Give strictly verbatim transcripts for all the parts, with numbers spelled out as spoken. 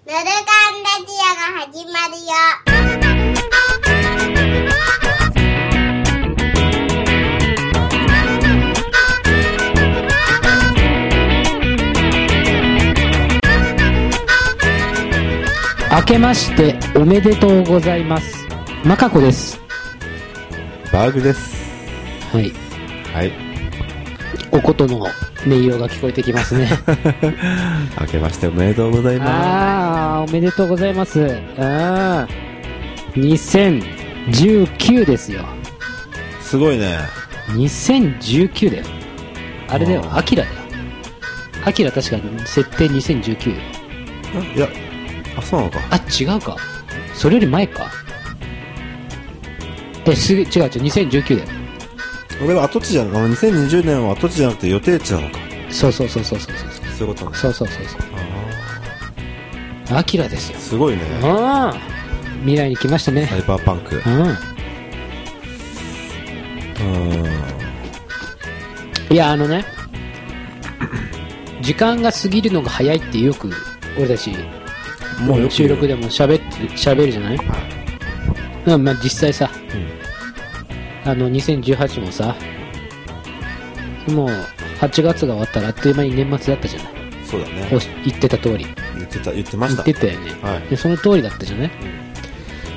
ヌルカンラジオが始まるよ。 明けましておめでとうございます。マカコです。 バーグです。 はい。 はい。 おことの音色が聞こえてきますね。 明けましておめでとうございます。 ああ、おめでとうございます。ああ、にせんじゅうきゅうですよ。 すごいね。 にせんじゅうきゅうだよ。あれだよ、アキラだよ。アキラ確かに設定にせんじゅうきゅう。 いや、あ、そうなのか。 あ、違うか。それより前か。え、すげ、違う違う、にせんじゅうきゅうだよ。 俺は跡地じゃん。にせんにじゅうねんは跡地じゃなくて予定地なのか。 そうそうそうそうそうそう。 そういうことね。 そうそうそうそう。ああ。アキラですよ。 すごいね。 ああ。未来に来ましたね。 サイバーパンク。 うん。うん。いや、あのね、時間が過ぎるのが早いってよく俺たちもう収録でも喋って喋るじゃない？うん、まあ実際さ、うん、あのにせんじゅうはちもさ、もうはちがつが終わったらあっという間に年末だったじゃない。 そうだね。 言ってた通り。 言ってた言ってました。 言ってたよね。 はい、 でその通りだったじゃない。うん、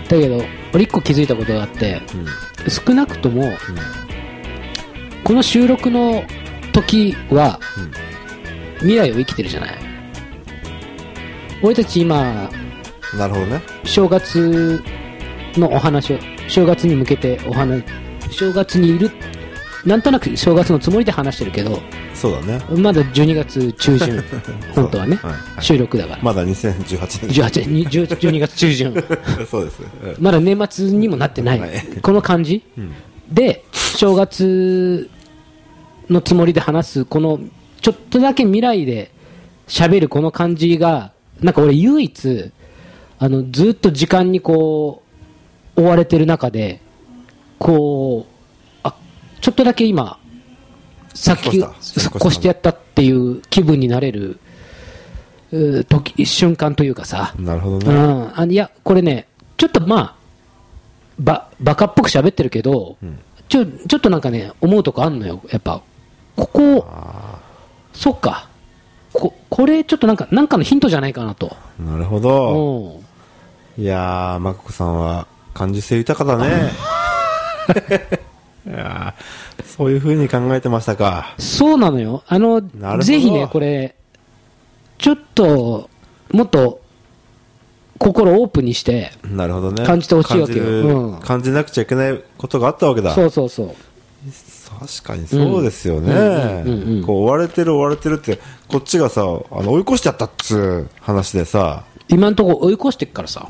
だけど俺一個気づいたことがあって、うん、少なくとも、うん、この収録の時は、うん、未来を生きてるじゃない。俺たち今、 なるほどね。 正月のお話を、正月に向けてお話、正月にいる、なんとなく正月のつもりで話してるけど、 そうだね。 まだじゅうにがつ中旬、本当はね、はいはい、収録だから。 まだにせんじゅうはちねん。 じゅうはちねん、じゅうにがつ中旬。 そうです。 まだ年末にもなってない。はい、この感じ、うん、で、正月のつもりで話す、この、ちょっとだけ未来で喋るこの感じが、なんか俺唯一、あの、ずっと時間にこう、追われてる中で、こう、あ、ちょっとだけ今、先を越してやったっていう気分になれる、時、瞬間というかさ。 なるほどね。 うん。あ、いや、これね、ちょっとまあ、ば、バカっぽく喋ってるけど、うん、ちょ、ちょっとなんかね、思うとこあんのよ。やっぱ、ここ、そっか。こ, これちょっとなんかなんかのヒントじゃないかなと。 なるほど。いやー、マココさんは感受性豊かだね。いやそういう風に考えてましたか。 そうなのよ。あのぜひね、これちょっともっと心をオープンにしてなるほどね感じてほしいわけよ。 感じ、うん、感じなくちゃいけないことがあったわけだ。 そうそうそう。 確かにそうですよね。こう追われてる追われてるってこっちがさ、あの追い越しちゃったっつう話でさ、 今んとこ追い越してっからさ。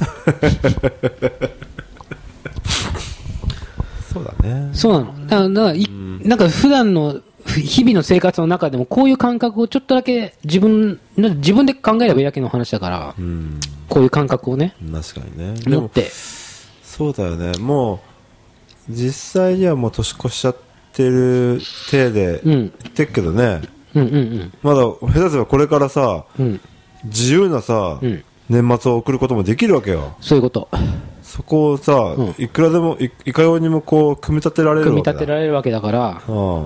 そうだね。 そうなの。だから、だからい、うん、なんか普段の日々の生活の中でもこういう感覚をちょっとだけ自分自分で考えればいいだけの話だから、うん、こういう感覚をね。 確かにね。 持って。 そうだよね。もう実際にはもう年越しちゃって。てる体で言ってっけどね、 うんうんうん、 まだ下手すればこれからさ、うん、自由なさ、うん、年末を送ることもできるわけよ。 そういうこと。 そこをさ、うん、いくらでも い, いかようにもこう組み立てられるわけだ。 組み立てられるわけだから、うん、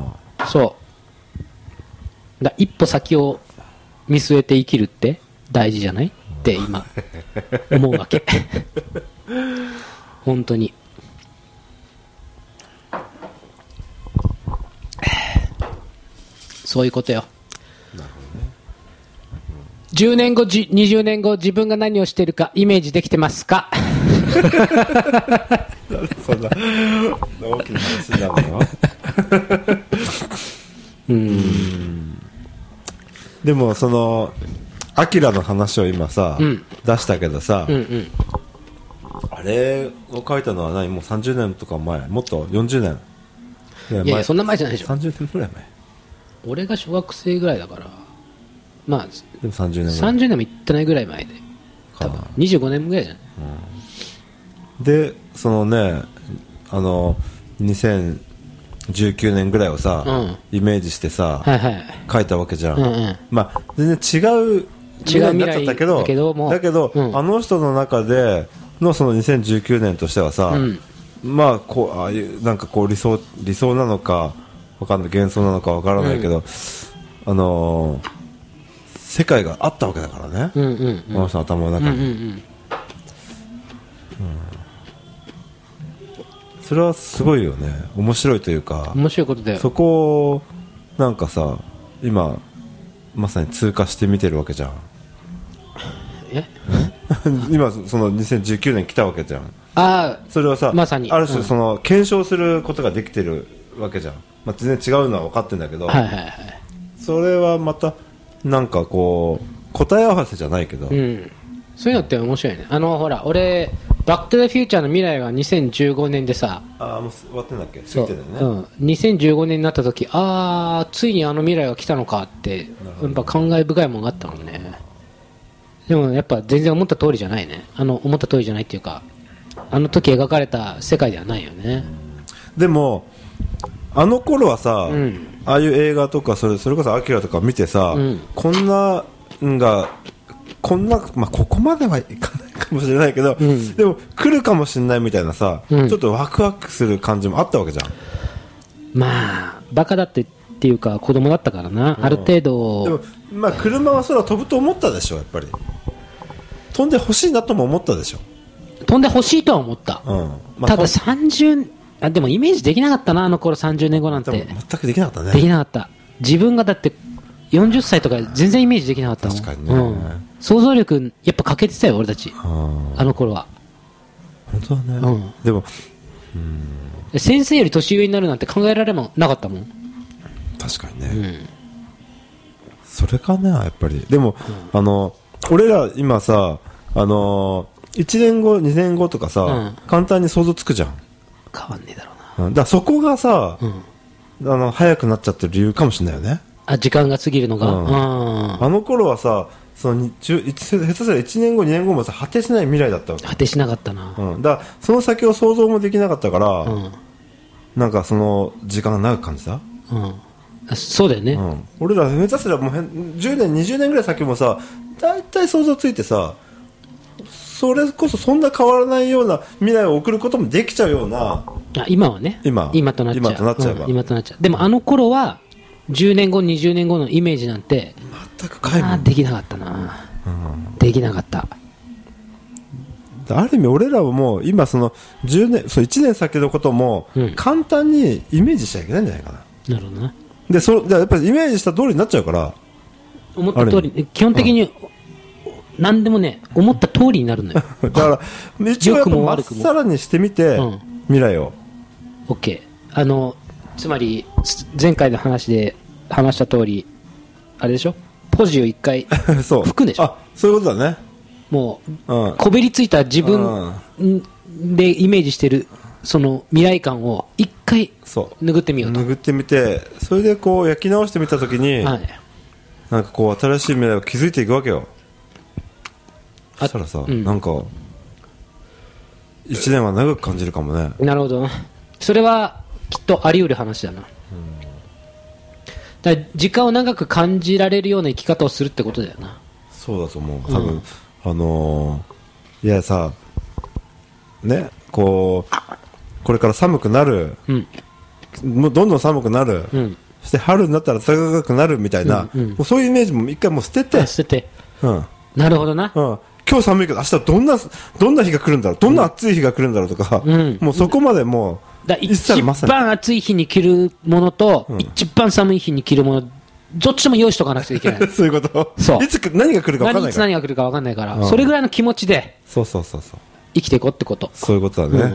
そうだ、一歩先を見据えて生きるって大事じゃないって今思うわけ。本当に。そういうことよ。なるほどね。うん、じゅうねんご、にじゅうねんご、自分が何をしているかイメージできてますか？ そんな大きな話になるの？うーん。でもそのアキラの話を今さ、うん、出したけどさ、うんうん、あれを書いたのは何？もうさんじゅうねんとか前？もっとよんじゅうねん？ いやいや、そんな前じゃないでしょ。 さんじゅうねんぐらい前。 俺が小学生ぐらいだから、まあでもさんじゅうねんぐらい、 さんじゅうねんもいってないぐらい前で、多分にじゅうごねんぐらいじゃない、 うん、でそのね、あのにせんじゅうきゅうねんぐらいをさ、うん、イメージしてさ、はいはい、書いたわけじゃん、うんうん、まあ全然違う未来になっちゃったけどだけどもだけど、うん、あの人の中でのそのにせんじゅうきゅうねんとしてはさ、うん、まあこうああいうなんかこう理想理想なのかわかんない幻想なのかわからないけど、うん、あのー、世界があったわけだからね、うんうんうん、この人の頭の中に、うんうんうんうん、それはすごいよね。面白いというか面白いことだよ。 そこをなんかさ今まさに通過してみてるわけじゃん。 え今そのにせんじゅうきゅうねん来たわけじゃん。 ああそれはさ、 まさにある種その検証することができてるわけじゃん、まあ、全然違うのは分かってるんだけど、はいはいはい、それはまたなんかこう答え合わせじゃないけど、うん、 そういうのって面白いね。あのほら俺バックトゥザフューチャーの未来がにせんじゅうごねんでさあもう終わってんだっけ過ぎてるよね、 うん、にせんじゅうごねんになった時ああついにあの未来が来たのかってやっぱ感慨深いものがあったもんね。でもやっぱ全然思った通りじゃないね。あの思った通りじゃないっていうかあの時描かれた世界ではないよね。 でもあの頃はさ、うん、ああいう映画とかそれ、それこそアキラとか見てさ、うん、こんながこんな、まあ、ここまではいかないかもしれないけど、うん、でも来るかもしれないみたいなさ、うん、ちょっとワクワクする感じもあったわけじゃん。 まあバカだってっていうか子供だったからな、うん、ある程度でも、まあ、車は空飛ぶと思ったでしょ。やっぱり飛んでほしいなとも思ったでしょ。 飛んでほしいとは思った、うんまあ、たださんじゅうあでもイメージできなかったなあの頃さんじゅうねんごなんて全くできなかったね。 できなかった。自分がだってよんじゅっさいとか全然イメージできなかったもん。 確かにね、うん、 想像力やっぱ欠けてたよ俺たちあの頃は。 本当はね、うん、でもうん先生より年上になるなんて考えられもなかったもん。 確かにね、うん、それかなやっぱり。でも、うん、あの俺ら今さあのいちねんごにねんごとかさ、うん、簡単に想像つくじゃん。 変わんねえだろうな、 うん、だからそこがさ、うん、あの早くなっちゃってる理由かもしれないよね。 あ時間が過ぎるのが、うん、 あ, あの頃はさその下手すらいちねんごにねんごもさ果てしない未来だったわけ。 果てしなかったな、 うん、だからその先を想像もできなかったから、うん、なんかその時間が長く感じた、 うん、そうだよね、うん、 俺ら下手すらもうじゅうねんにじゅうねんぐらい先もさ大体想像ついてさそれこそそんな変わらないような未来を送ることもできちゃうような。 あ今はね今, 今となっちゃう今となっちゃえば、 うん、今となっちゃう。でもあの頃はじゅうねんごにじゅうねんごのイメージなんて全く皆無できなかったな、うん、できなかった。 ある意味俺らはもう今そのじゅうねんそういちねん先のことも簡単にイメージしちゃいけないんじゃないかな、 うん、なるほどな。 でそやっぱりイメージした通りになっちゃうから思った通り基本的に、うん何でもね思った通りになるのよだから一応やっぱまっさらにしてみて、うん、未来を OK あのつまり前回の話で話した通りあれでしょポジを一回そう吹くんでしょ。 あそういうことだね。 もう、うん、こびりついた自分でイメージしてるその未来感を一回拭ってみようと拭ってみてそれでこう焼き直してみたときに、はい、なんかこう新しい未来を築いていくわけよ。そしたらさ、うん、なんかいちねんは長く感じるかもね。 なるほど。それはきっとあり得る話だな、うん、だから時間を長く感じられるような生き方をするってことだよな。 そうだと思う多分、うん、あのー、いやさねこうこれから寒くなる、うん、もうどんどん寒くなる、うん、そして春になったら暖かくなるみたいな、うんうん、もうそういうイメージも一回もう捨てて捨てて、うん、なるほどな、 うん今日寒いけど明日どんなどんな日が来るんだろうどんな暑い日が来るんだろうとか、うん、もうそこまでもうだ一番暑い日に着るものと、うん、一番寒い日に着るものどっちも用意しとかなくちゃいけないそういうことそういつ何が来るか分かんないからいつ何が来るか分かんないから、うん、それぐらいの気持ちでそうそうそうそう生きていこうってことそういうことだね、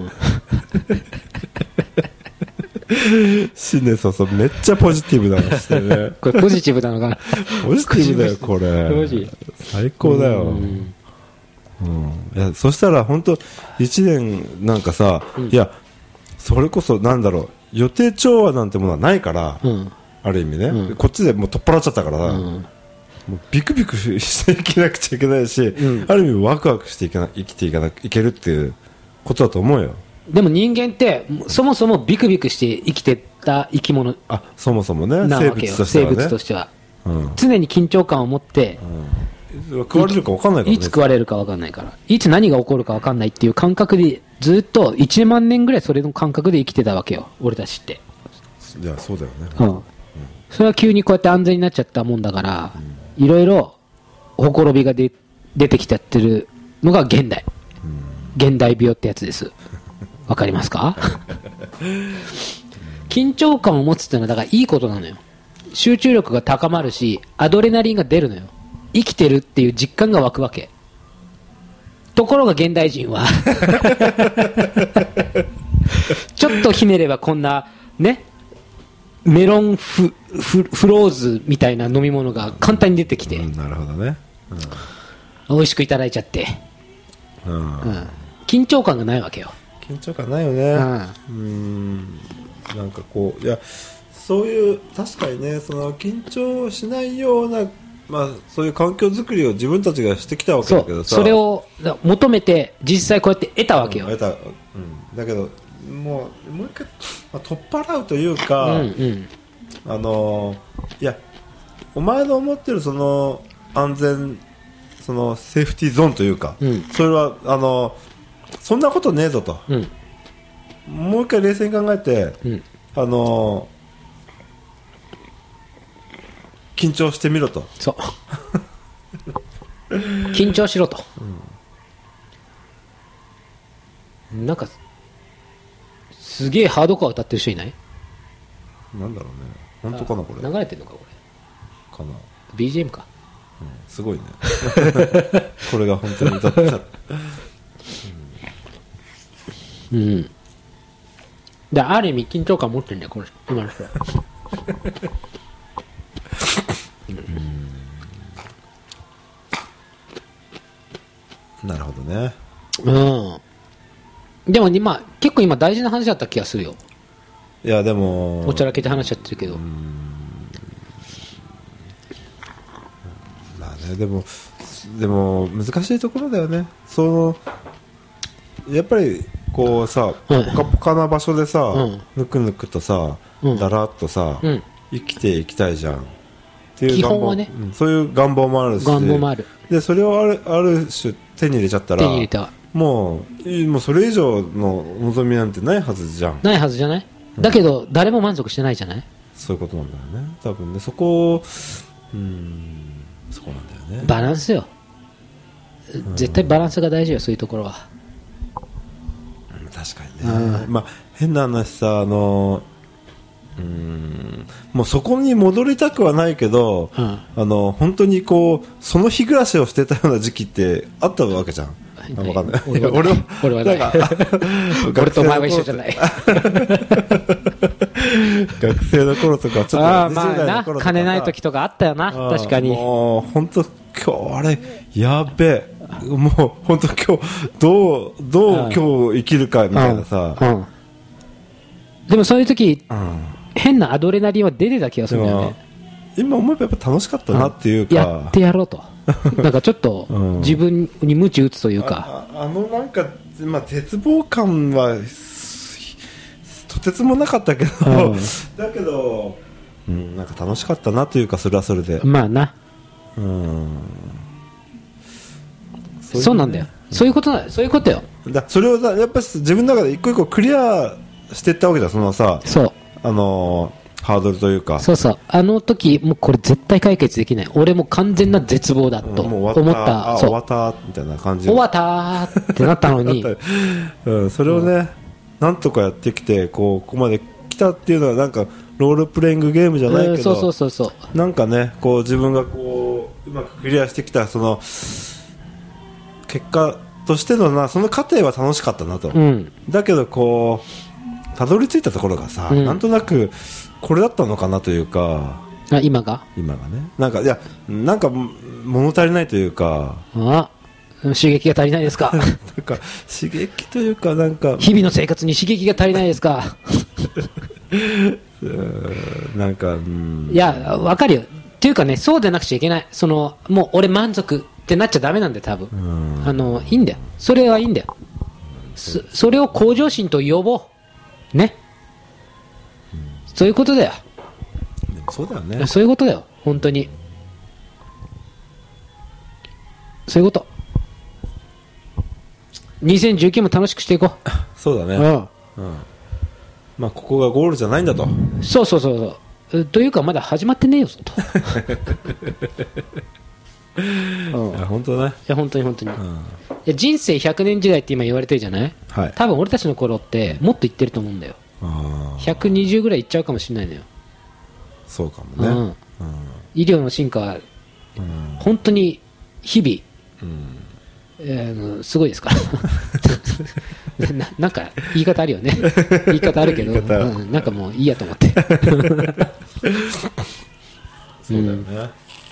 うん、新年早々めっちゃポジティブな話してねこれポジティブなのかなポジティブだよこれ最高だよ、うんうん、いやそしたら本当いちねんなんかさ、うん、いやそれこそなんだろう予定調和なんてものはないから、うん、ある意味ね、うん、こっちでもう取っ払っちゃったからさ、うん、もうビクビクしていけなくちゃいけないし、うん、ある意味ワクワクしていけな生きていかないけるっていうことだと思うよ。 でも人間ってそもそもビクビクして生きてた生き物あそもそもね生物としては、ね、 生物としては、うん、常に緊張感を持って食われるか分かんないからね。 いつ食われるか分かんないから。いつ何が起こるか分かんないっていう感覚で、ずっといちまんねんぐらいそれの感覚で生きてたわけよ。俺たちって。 いや、そうだよね。 うん。それは急にこうやって安全になっちゃったもんだから、いろいろ、ほころびがで出てきちゃってるのが現代。現代病ってやつです。わかりますか？緊張感を持つってのはだからいいことなのよ。集中力が高まるし、アドレナリンが出るのよ。生きてるっていう実感が湧くわけ。ところが現代人はちょっとひねればこんなね、メロンフフフローズみたいな飲み物が簡単に出てきて、 うん、なるほどね、 うん、美味しくいただいちゃって、うんうん、緊張感がないわけよ。 緊張感ないよね、うん、うーん、なんかこう、いや、そういう確かにね、その緊張しないような、まあ、そういう環境づくりを自分たちがしてきたわけだけどさ、 そ, それを求めて実際こうやって得たわけよ、 うん、得た、うん、だけどもうもう一回、まあ、取っ払うというか、うんうん、あのいや、お前の思ってるその安全、そのセーフティーゾーンというか、うん、それはあのそんなことねえぞと、うん、もう一回冷静に考えて、うん、あの緊張してみろと。 そう緊張しろと、うん、なんかすげえハードコア歌ってる人いない？ なんだろうね、本当かなこれ。 流れてるのかこれ。 かな。 ビージーエム か、 うん、すごいねこれが本当に歌ってたうん、うん、である意味緊張感持ってるんだよこの今の人うん、なるほどね。 うん。でも今結構今大事な話だった気がするよ。 いやでもおちゃらけて話しちゃってるけど。うん、 まあね、でもでも難しいところだよね。そのやっぱりこうさ、うん、ポカポカな場所でさ、うん、ぬくぬくとさ、うん、だらっとさ、うん、生きていきたいじゃんっていう願望、基本はね、うん、そういう願望もあるし、 願望もある。 でそれをある、ある種手に入れちゃったら、 手に入れた、 もう、もうそれ以上の望みなんてないはずじゃん。 ないはずじゃない、うん、だけど誰も満足してないじゃない。 そういうことなんだよね、多分ね。そこを、うーん、そこなんだよね。 バランスよ、絶対バランスが大事よ、そういうところは。 確かにね、まあ、変な話さ、あのうーん、もうそこに戻りたくはないけど、うん、あの本当にこうその日暮らしをしてたような時期ってあったわけじゃん。分かんない。俺は俺はない。俺とお前は一緒じゃない。 学生の頃とかちょっとあ、まあな、金ない時とかあったよな、確かに。 もう本当今日あれやべえ。もう本当今日どうどう今日生きるかみたいなさ、うんうん、 でもそういう時、うん、変なアドレナリンは出てた気がするんだよね。 今思えばやっぱ楽しかったなっていうか、 やってやろうとなんかちょっと自分に鞭打つというか、 あ, あ, あのなんか、まあ、絶望感はとてつもなかったけど、うん、だけど、うん、なんか楽しかったなというか、それはそれでまあな、うん、そう、そうなんだよ、うん、そういうことだよ、そういうことよ。 だそれをやっぱり自分の中で一個一個クリアしていったわけだ、そのさ、 そう、 あのー、ハードルというか、 そうそう、あの時もうこれ絶対解決できない、俺も完全な絶望だと思った、うん、もう終わった、 そう終わったみたいな感じ、 終わったってなったのに、 うん、それをね、うん、なんとかやってきて、こうここまで来たっていうのは、なんかロールプレイングゲームじゃないけど、うん、 そうそうそうそう、 なんかね、こう自分がこううまくクリアしてきたその結果としてのな、その過程は楽しかったなと、うん、だけどこうたどり着いたところがさ、うん、なんとなくこれだったのかなというか、 あ、今が今がね、なんかいや、なんか物足りないというか、 あ、刺激が足りないですかなんか刺激というか、なんか日々の生活に刺激が足りないですかなんか、うん、 いや、わかるよっていうかね、そうでなくちゃいけない、そのもう俺満足ってなっちゃダメなんで、多分、うん、あのいいんだよ、それはいいんだよ、うん、そ, それを向上心と呼ぼうね、うん、そういうことだよ。 でもそうだよね、 そういうことだよ、本当に。 そういうこと。にせんじゅうきゅうも楽しくしていこう。 そうだね、 うんうん、まあここがゴールじゃないんだと。 そうそうそうそう。というかまだ始まってねえよと。 うん、いや本当だね。 いや本当に本当に、うん、いや人生ひゃくねん時代って今言われてるじゃない、はい、多分俺たちの頃ってもっといってると思うんだよ。あひゃくにじゅうぐらいいっちゃうかもしれないのよ。 そうかもね、うんうん、 医療の進化は本当に日々、うんえー、すごいですからな, なんか言い方あるよね。言い方あるけど、うん、なんかもういいやと思ってそうだよね、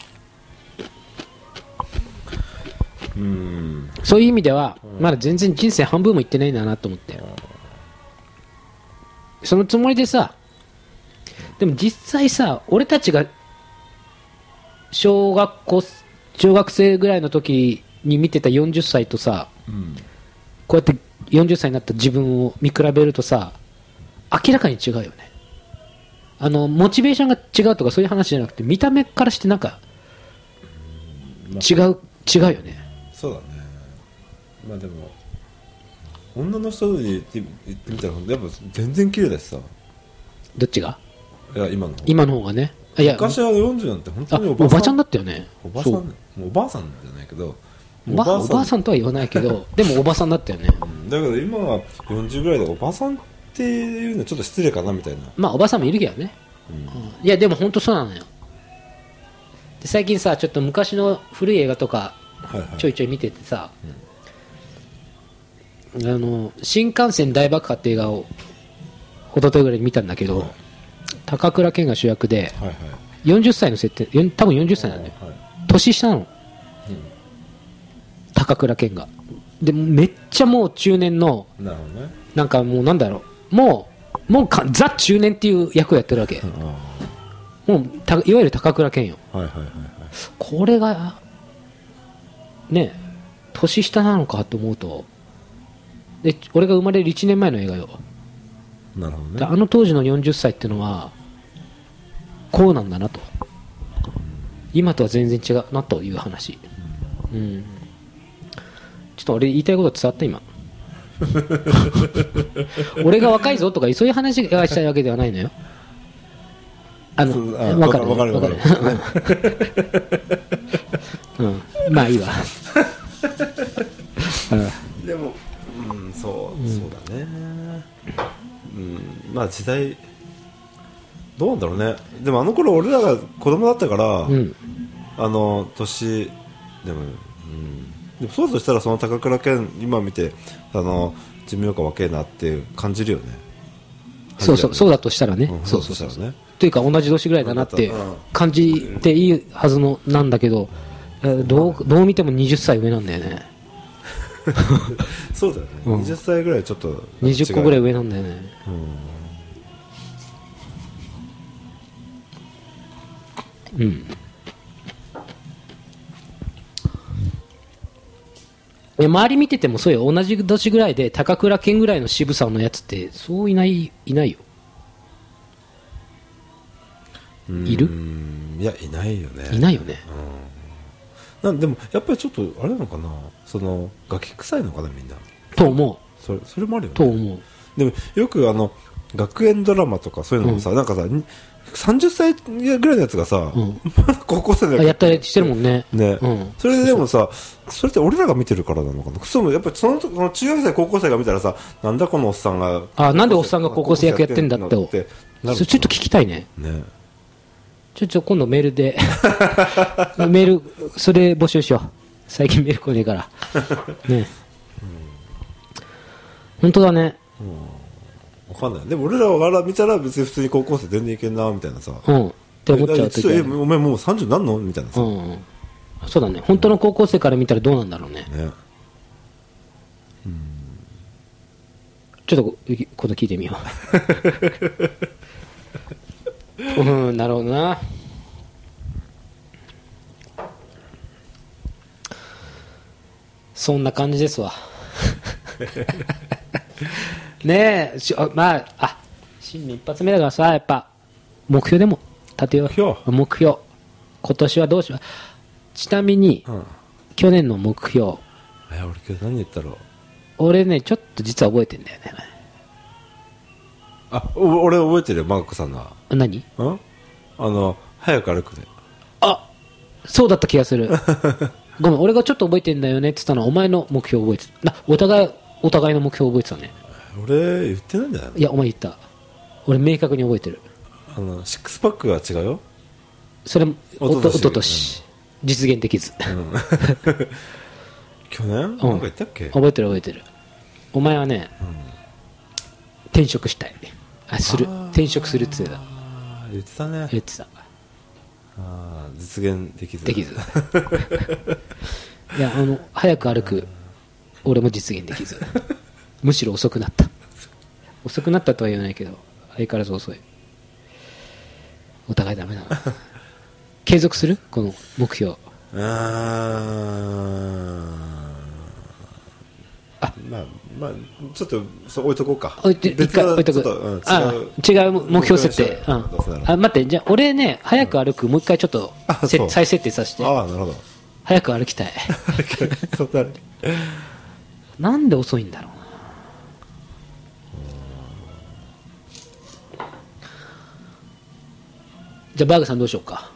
うん、そういう意味では、うん、まだ全然人生半分もいってないんだなと思って、うん、そのつもりでさ。でも実際さ、俺たちが小学校中学生ぐらいの時に見てたよんじゅっさいとさ、うん、こうやってよんじゅっさいになった自分を見比べるとさ、明らかに違うよね。あのモチベーションが違うとかそういう話じゃなくて、見た目からしてなんか違う、違うよね。 そうだね。まあでも女の人に言ってみたらやっぱ全然綺麗だしさ。 どっちが？ いや今の今の方がね。いや昔はよんじゅうなんて本当におばさん、 おばちゃんだったよね。 おばさん、もうおばあさんじゃないけど、 おば, おばあさんとは言わないけどでもおばさんだったよね、 うん、だけど今はよんじゅうぐらいでおばさんっていうのはちょっと失礼かなみたいな。 まあおばさんもいるけどね、うんうん、いやでも本当そうなのよ。で最近さちょっと昔の古い映画とかちょいちょい見ててさ、はいはい、あの新幹線大爆破って映画を一昨日ぐらいに見たんだけど、はい、高倉健が主役で、はいはい、よんじゅっさいの設定、多分よんじゅっさいなんだよ、はい、年下なの、うん、高倉健が。でめっちゃもう中年の な, るほど、ね、なんかもうなんだろう、もうもうかザ中年っていう役をやってるわけ、うん、もうたいわゆる高倉健よ、はいはいはいはい、これがね年下なのかと思うと、で俺が生まれるいちねんまえの映画よ。なるほどね。あの当時のよんじゅっさいっていうのはこうなんだなと、うん、今とは全然違うなという話、うんうん、ちょっと俺言いたいこと伝わった今俺が若いぞとかそういう話がしたいわけではないのよ。あの分かる分かる分かる、うん、まあいいわでも、うん、そう、うん、そうだね、うん、まあ時代どうなんだろうね。でもあの頃俺らが子供だったから、うん、あの年でも、うん、でもそうだとしたらその高倉健今見てあの寿命が若いなって感じるよね。 そうそうそうだとしたらね、うん、そうそうそうそうというか同じ年ぐらいだなって感じていいはずのなんだけど、どう、どう見てもはたち上なんだよねそうだよね、うん、はたちぐらいちょっとはたちこぐらい上なんだよね、うん、うん、周り見ててもそうよ、同じ年ぐらいで高倉健ぐらいの渋さのやつってそういないいないよ。いる？ いやいないよね。 いないよね、 うん、なんでもやっぱりちょっとあれなのかな、そのガキ臭いのかなみんなと思う。 それ、それもあるよねと思う。 でもよくあの学園ドラマとかそういうのもさ、うん、なんかささんじゅっさいぐらいのやつがさ、うん、高校生でやったりしてるもんね。 ね、うん、それででもさ、それって俺らが見てるからなのかな。そうやっぱりその、その中学生高校生が見たらさ、なんだこのおっさんが、 あ、なんでおっさんが高校生役やってんだって、ってちょっと聞きたいね。ね。ちょっと今度メールでメールそれ募集しよう。最近メール来ねえからね、うん、本当だね。 うん、分かんない。でも俺らが見たら別に普通に高校生全然いけんなみたいなさ、 うんって思っちゃうとき、 えお前もうさんじゅうなんのみたいなさ、 うん、そうだね。本当の高校生から見たらどうなんだろうね。ね、うん、ちょっと今度聞いてみよううん、なるほどな。そんな感じですわねえ、まあ、あ、新年一発目だからさ、やっぱ目標でも立てよう。目標、今年はどうしよう。ちなみに、うん、 去年の目標。 え、俺今日何言ったろう。 俺ね、ちょっと実は覚えてんだよね。 あ、お俺覚えてるよ、マーコさんのは。 何？ んあの、早く歩くで。 あ、そうだった気がする。ごめん、俺がちょっと覚えてんだよねって言ったのはお前の目標覚えてた。な、お互い、お互いの目標覚えてたね。 俺、言ってないんだよ。 いや、お前言った。俺明確に覚えてる。 あの、シックスパックは違うよ。 それ、おとおととしおととし、実現できず。 うん、去年、 うん、 なんか言ったっけ。 覚えてる覚えてる。お前はね、うん、転職したい。あ、する。転職するって言ってた。 言ってたね。 言ってた。 あ、実現できず。 できず。いや、あの、早く歩く、俺も実現できず。むしろ遅くなった。遅くなったとは言わないけど、相変わらず遅い。お互いダメだな。継続するこの目標。 ああ、まあまあちょっとそう置いとこうか。 置いて一回置いとく。うん、違うあ違う目標設定。うん、あ待ってじゃあ俺ね早く歩く、うん、もう一回ちょっと再設定させて。 ああなるほど。 早く歩きたい。 そうだね。 なんで遅いんだろうな。じゃあバーグさんどうしようか。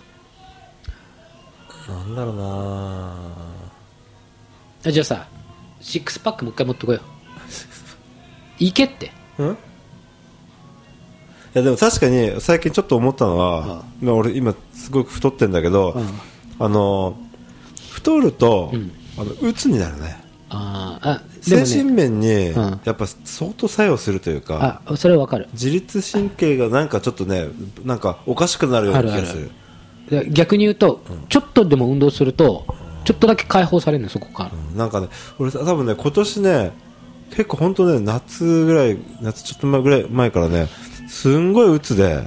なんだろうなあ。じゃあさシックスパックもう一回持ってこよう。いけって。 ん？いやでも確かに最近ちょっと思ったのは、ああ俺今すごく太ってんだけど、うん、あの太ると、うん、あの鬱になるね。 ああでもね、精神面にやっぱ相当作用するというか、 あそれはわかる。 自律神経がなんかちょっとねなんかおかしくなるような気がする。 あるある。逆に言うと、うん、ちょっとでも運動するとちょっとだけ解放されるのそこから、 うん、なんかね俺多分ね今年ね結構本当ね夏ぐらい夏ちょっと前ぐらい前からねすんごい鬱で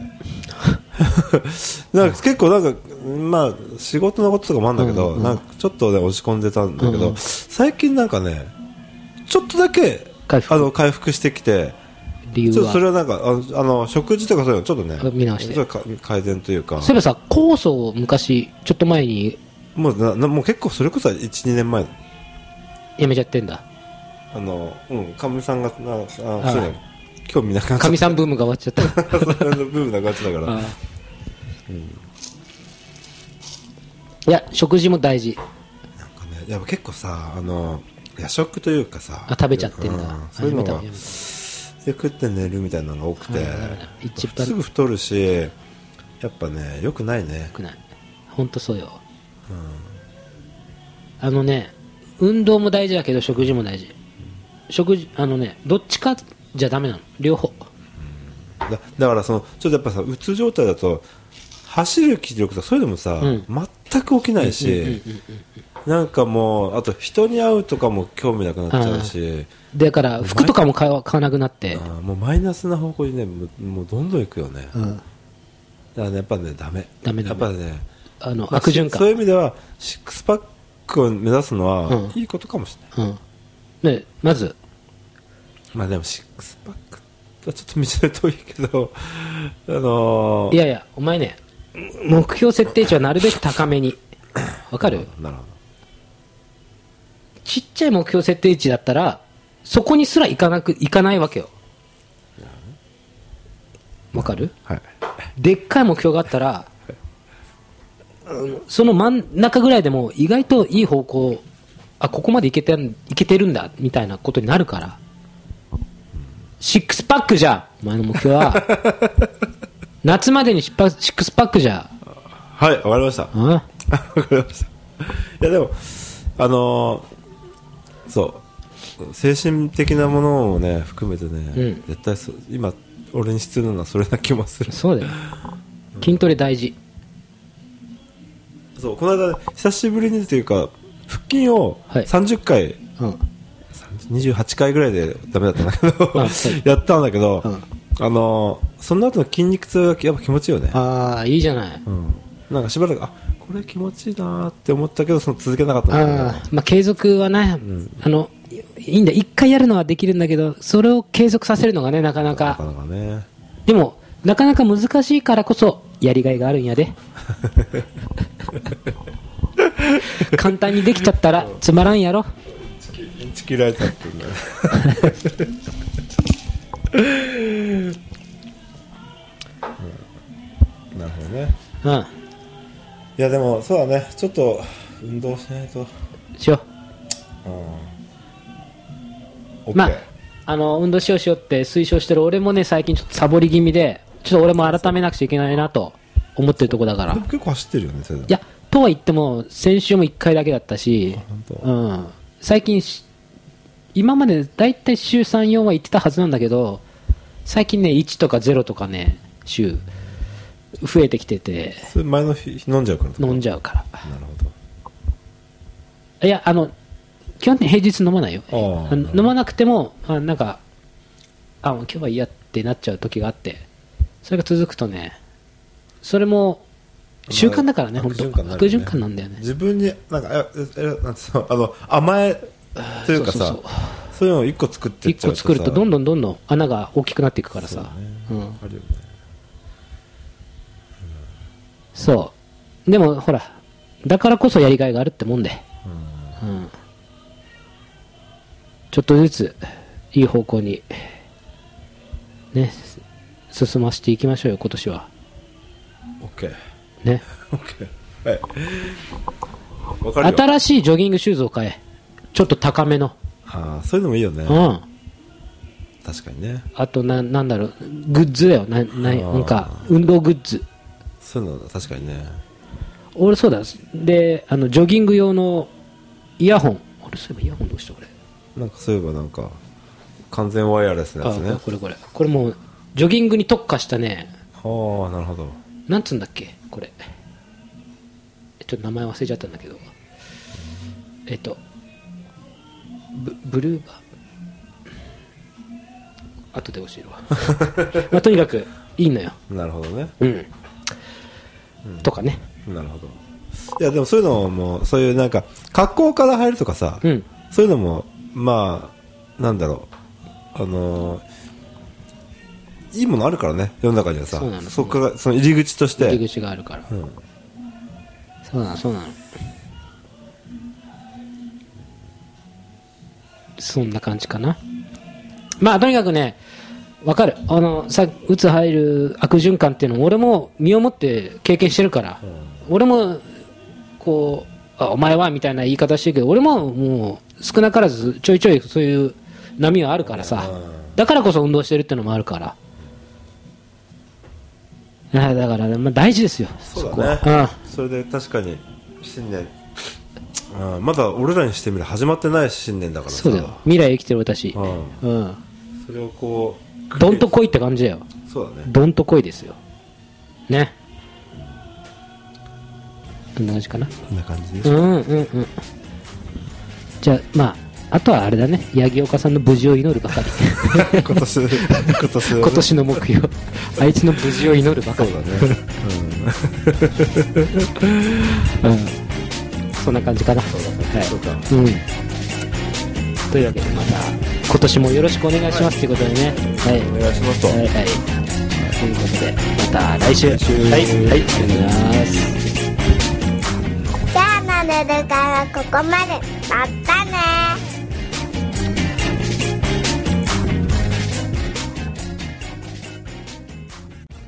なんか結構なんかまあ仕事のこととかもあるんだけど、うんうん、なんかちょっとね落ち込んでたんだけど、うんうん、最近なんかねちょっとだけ回復、あの回復してきて理由はちょっとそれはなんかあの食事とかそういうのちょっとね見直して改善というか。 そういえばさ酵素を昔ちょっと前にもうななもう結構それこそ いちにねんまえやめちゃってんだ。 あのうんかみさんがなあそういうの興味なくなっちゃった。 かみさんブームが終わっちゃった。 ブームなくなっちゃったから。うん、 いや食事も大事。 なんかねやっぱ結構さあの夜食というかさあ食べちゃってんだ、うん、 そういうのがで食って寝るみたいなのが多くて一番すぐ太るしやっぱね良くないね。 良くない本当そうよ、うん、あのね運動も大事だけど食事も大事、うん、食事あのねどっちかじゃダメなの両方、 うん、だ, だからそのちょっとやっぱさうつ状態だと走る気力とかそういうのもさ、うん、全く起きないしなんかもうあと人に会うとかも興味なくなっちゃうしだから服とかも買わなくなってあもうマイナスな方向にねもうどんどん行くよね、うん、だからねやっぱねダメダメダメやっぱねあの、まあ、悪循環そういう意味ではシックスパックを目指すのは、うん、いいことかもしれない、 うん、でまずまあでもシックスパックはちょっと道のり遠いけどあのー、 いやいやお前ね目標設定値はなるべく高めにわかる？ なるほど。 ちっちゃい目標設定値だったらそこにすら行かなく行かないわけよ。わかる？ はい。 でっかい目標があったら、うん、その真ん中ぐらいでも意外といい方向あここまでいけてんいけてるんだみたいなことになるから。シックスパックじゃお前の目標は夏までにシックスパックじゃはいわかりました。わかりました。いやでもあのー、そう精神的なものをね含めてね、うん、絶対そ今俺に必要なのはそれな気もする。 そうだよ、うん、筋トレ大事。 そうこの間、ね、久しぶりにというか腹筋をさんじゅっかい、はいうん、にじゅうはちかいぐらいでダメだったんだけど、はい、やったんだけど、うん、あのー、その後の筋肉痛がやっぱ気持ちいいよね。 ああいいじゃない、 うん、なんかしばらくあこれ気持ちいいなって思ったけどその続けなかったんだけど、 あ、まあ、継続はね、うん、あのいいんだ一回やるのはできるんだけどそれを継続させるのがねなかなか、 なかなかね、 でもなかなか難しいからこそやりがいがあるんやで簡単にできちゃったらつまらんやろ。 インチキられちゃってるんだね、うん、なるほどね。 うん。 いやでもそうだね、ちょっと運動しないと。 しよう。 うん。まああの運動しようしようって推奨してる俺もね、最近ちょっとサボり気味で、ちょっと俺も改めなくちゃいけないなと思ってるとこだから。 でも結構走ってるよね。それでもいやとは言っても先週もいっかいだけだったし、うん、最近今までだいたい週さん、よんは行ってたはずなんだけど、最近ねいちとかゼロとかね週増えてきてて。 それ前の日飲んじゃうから飲んじゃうから。 なるほど。 いやあの基本的に平日飲まないよ。あの飲まなくてもあなんかあもう今日は嫌ってなっちゃう時があって、それが続くとね、それも習慣だからね、本当悪循環なんだよね。 自分になんかええなんてあの甘えというかさ、そうそうそう、そういうのを一個作っていっちゃうとさ、一個作るとどんどんどんどん穴が大きくなっていくからさ。そう、ね、うん、あるよね、うん、そうでもほらだからこそやりがいがあるってもんで、うんうん、ちょっとずついい方向にね進ませていきましょうよ今年は。 OK ね、 はい、分かるよ。 新しいジョギングシューズを買え、ちょっと高めの。 ああそういうのもいいよね、うん、確かにね。 あとな、なんだろう、グッズだよ、なななんか運動グッズ、 そういうの確かにね。 俺そうだで、あのジョギング用のイヤホン、俺そういえばイヤホンどうした俺、 なんかそういえばなんか完全ワイヤレスのやつね。 あこれこれこれもうジョギングに特化したね。 ああなるほど。 なんつうんだっけこれ、ちょっと名前忘れちゃったんだけど、えっとブ, ブルーバー後で教えるわまあとにかくいいのよ。 なるほどね、 うん、うん、とかね。 なるほど。いやでもそういうのもそういうなんか格好から入るとかさ、うん、そういうのもまあなんだろう、あのーいいものあるからね世の中にはさ。そうなの。そこがその入り口として入り口があるから、うん、そうなのそうなの。そんな感じかな。まあとにかくね分かる、あのさうつ入る悪循環っていうのも俺も身をもって経験してるから、うん、俺もこうあお前はみたいな言い方してるけど、俺ももう少なからずちょいちょいそういう波はあるからさ、うん、だからこそ運動してるっていうのもあるから、だから、まあ、大事ですよ。 そうだね、そ, うん、それで確かに新年、うん、まだ俺らにしてみれば始まってない新年だからさ。 そうだよ、未来生きてる私、うんうん、 それをこうどんと来いって感じだよ。 そうだね、 どんと来いですよね。こんな感じかな。 こんな感じです、 うんうんうん。じゃあまああとはあれだね、八木岡さんの無事を祈るばかり今年今年、ね、 今年の目標あいつの無事を祈るばかり。そうだね、うんうん、そんな感じかな。そうだね、はい、そうか、うん、というわけでまた今年もよろしくお願いしますと、はい、いうことでね、はい、 お願いしますと、 はいはい、ということでまた来週、来週はい、はい、ありがとうございます。 じゃあなるからここまで。またね。